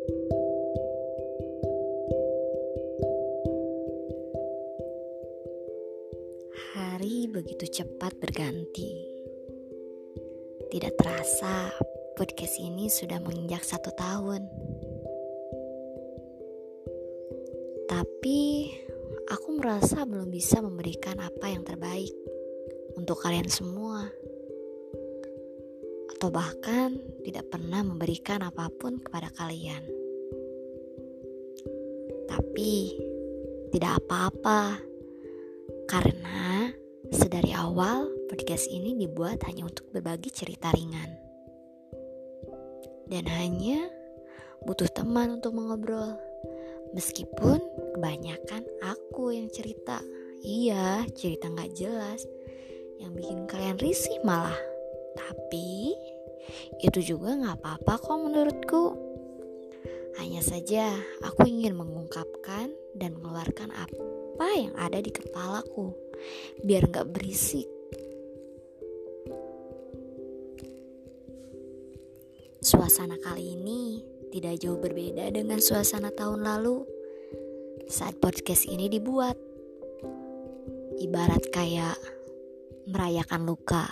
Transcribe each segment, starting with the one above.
Hari begitu cepat berganti. Tidak terasa podcast ini sudah menginjak 1 tahun. Tapi aku merasa belum bisa memberikan apa yang terbaik untuk kalian semua. Atau bahkan tidak pernah memberikan apapun kepada kalian. Tapi tidak apa-apa. Karena sedari awal podcast ini dibuat hanya untuk berbagi cerita ringan. Dan hanya butuh teman untuk mengobrol. Meskipun kebanyakan aku yang cerita. Iya, cerita gak jelas yang bikin kalian risih malah. Tapi itu juga gak apa-apa kok menurutku. Hanya saja aku ingin mengungkapkan dan mengeluarkan apa yang ada di kepalaku, biar gak berisik. Suasana kali ini tidak jauh berbeda dengan suasana tahun lalu saat podcast ini dibuat. Ibarat kayak merayakan luka.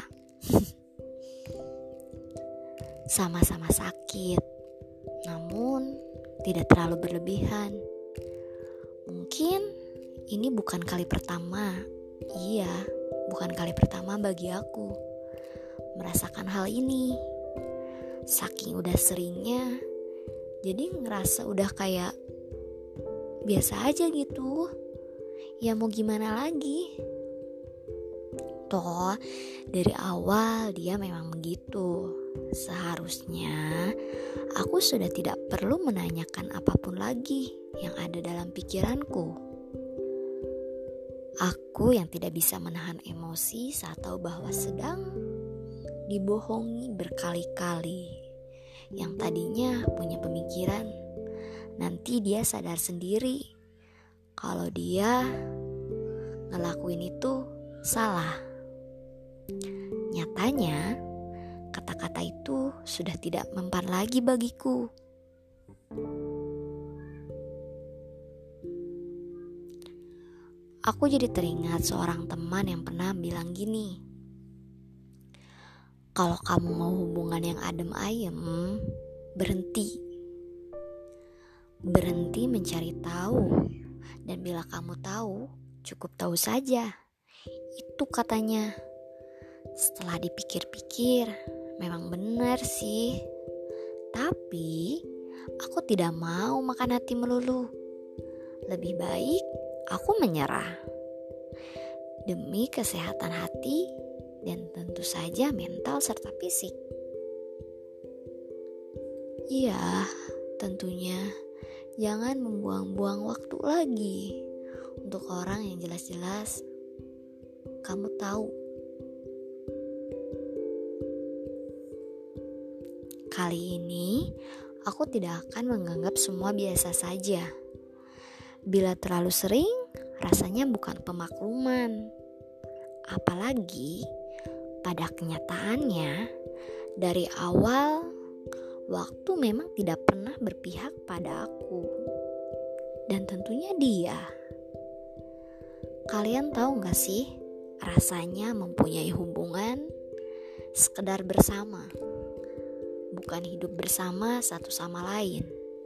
Sama-sama sakit, namun tidak terlalu berlebihan. Mungkin ini bukan kali pertama. Iya, bukan kali pertama bagi aku merasakan hal ini. Saking udah seringnya, jadi ngerasa udah kayak biasa aja gitu. Ya mau gimana lagi? Toh dari awal dia memang begitu. Seharusnya aku sudah tidak perlu menanyakan apapun lagi yang ada dalam pikiranku. Aku yang tidak bisa menahan emosi saat tahu bahwa sedang dibohongi berkali-kali. Yang tadinya punya pemikiran, nanti dia sadar sendiri kalau dia ngelakuin itu salah. Nyatanya kata-kata itu sudah tidak mempan lagi bagiku. Aku jadi teringat seorang teman yang pernah bilang gini, kalau kamu mau hubungan yang adem ayem, berhenti mencari tahu. Dan bila kamu tahu, cukup tahu saja. Itu katanya. Setelah dipikir-pikir, memang benar sih. Tapi aku tidak mau makan hati melulu. Lebih baik aku menyerah demi kesehatan hati dan tentu saja mental serta fisik. Iya, tentunya jangan membuang-buang waktu lagi untuk orang yang jelas-jelas kamu tahu. Kali ini aku tidak akan menganggap semua biasa saja. Bila terlalu sering, rasanya bukan pemakluman. Apalagi pada kenyataannya, dari awal waktu memang tidak pernah berpihak pada aku. Dan tentunya dia. Kalian tahu gak sih rasanya mempunyai hubungan sekedar bersama, bukan hidup bersama satu sama lain.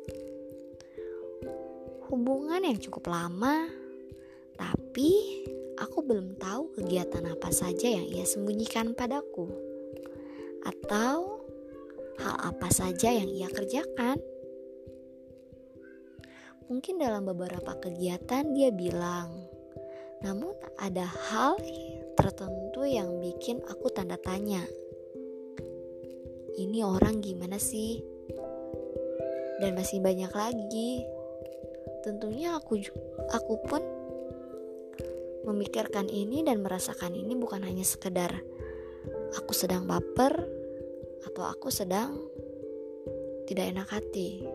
Hubungan yang cukup lama, tapi aku belum tahu kegiatan apa saja yang ia sembunyikan padaku, atau hal apa saja yang ia kerjakan. Mungkin dalam beberapa kegiatan dia bilang, namun ada hal tertentu yang bikin aku tanda tanya. Ini orang gimana sih? Dan masih banyak lagi. Tentunya aku pun memikirkan ini dan merasakan ini bukan hanya sekedar aku sedang baper atau aku sedang tidak enak hati.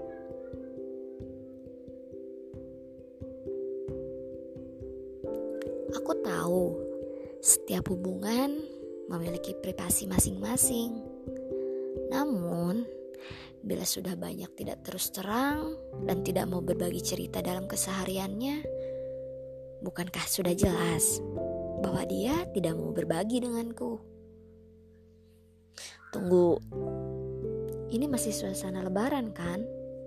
Aku tahu setiap hubungan memiliki privasi masing-masing. Namun, Bila sudah banyak tidak terus terang dan tidak mau berbagi cerita dalam kesehariannya, bukankah sudah jelas bahwa dia tidak mau berbagi denganku? Tunggu, ini masih suasana lebaran kan?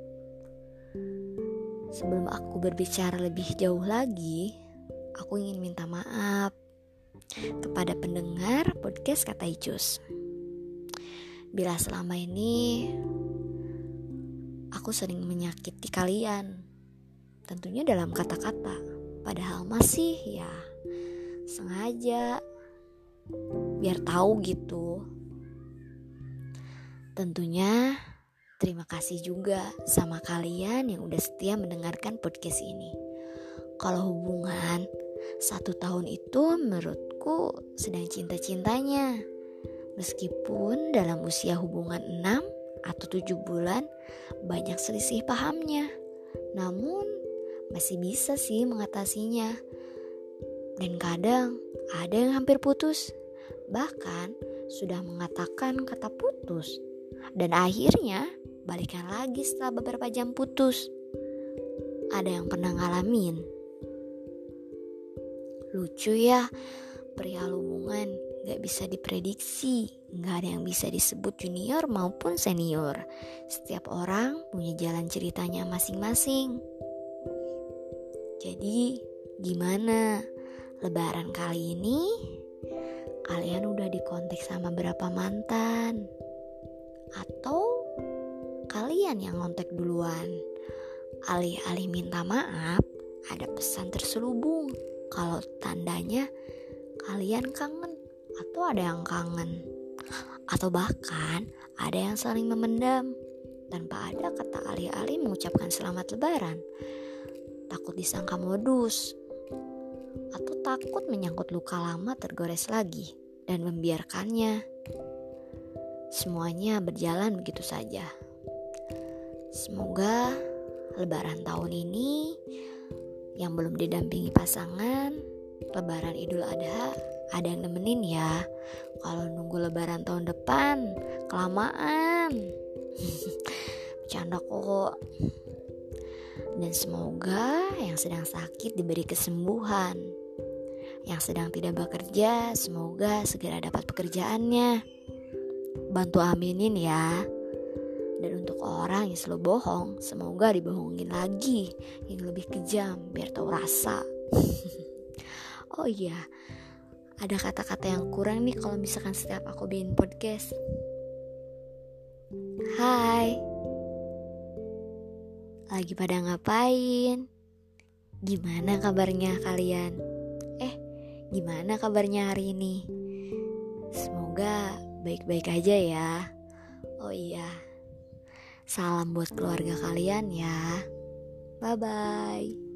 Sebelum aku berbicara lebih jauh lagi, aku ingin minta maaf kepada pendengar podcast Kata Icus. Bila selama ini aku sering menyakiti kalian, tentunya dalam kata-kata, padahal masih ya sengaja biar tahu gitu. Tentunya terima kasih juga sama kalian yang udah setia mendengarkan podcast ini. Kalau hubungan 1 tahun itu menurutku sedang cinta-cintanya. Meskipun dalam usia hubungan 6 atau 7 bulan banyak selisih pahamnya, namun masih bisa sih mengatasinya. Dan kadang ada yang hampir putus, bahkan sudah mengatakan kata putus, dan akhirnya balikan lagi setelah beberapa jam putus. Ada yang pernah ngalamin? Lucu ya, perihal hubungan gak bisa diprediksi, gak ada yang bisa disebut junior maupun senior. Setiap orang punya jalan ceritanya masing-masing. Jadi gimana lebaran kali ini? Kalian udah dikontak sama berapa mantan? Atau kalian yang ngontek duluan? Alih-alih minta maaf, ada pesan terselubung kalau tandanya kalian kangen, atau ada yang kangen, atau bahkan ada yang saling memendam tanpa ada kata alih-alih mengucapkan selamat lebaran. Takut disangka modus, atau takut menyangkut luka lama tergores lagi dan membiarkannya. Semuanya berjalan begitu saja. Semoga lebaran tahun ini yang belum didampingi pasangan, lebaran Idul Adha ada yang nemenin ya. Kalau nunggu lebaran tahun depan kelamaan. Bercanda kok. Dan semoga yang sedang sakit diberi kesembuhan. Yang sedang tidak bekerja semoga segera dapat pekerjaannya. Bantu aminin ya. Dan untuk orang yang selalu bohong, semoga dibohongin lagi yang lebih kejam biar tahu rasa. Oh iya, ada kata-kata yang kurang nih kalau misalkan setiap aku bikin podcast. Hai, lagi pada ngapain? Gimana kabarnya kalian? Gimana kabarnya hari ini? Semoga baik-baik aja ya. Oh iya, salam buat keluarga kalian ya. Bye-bye.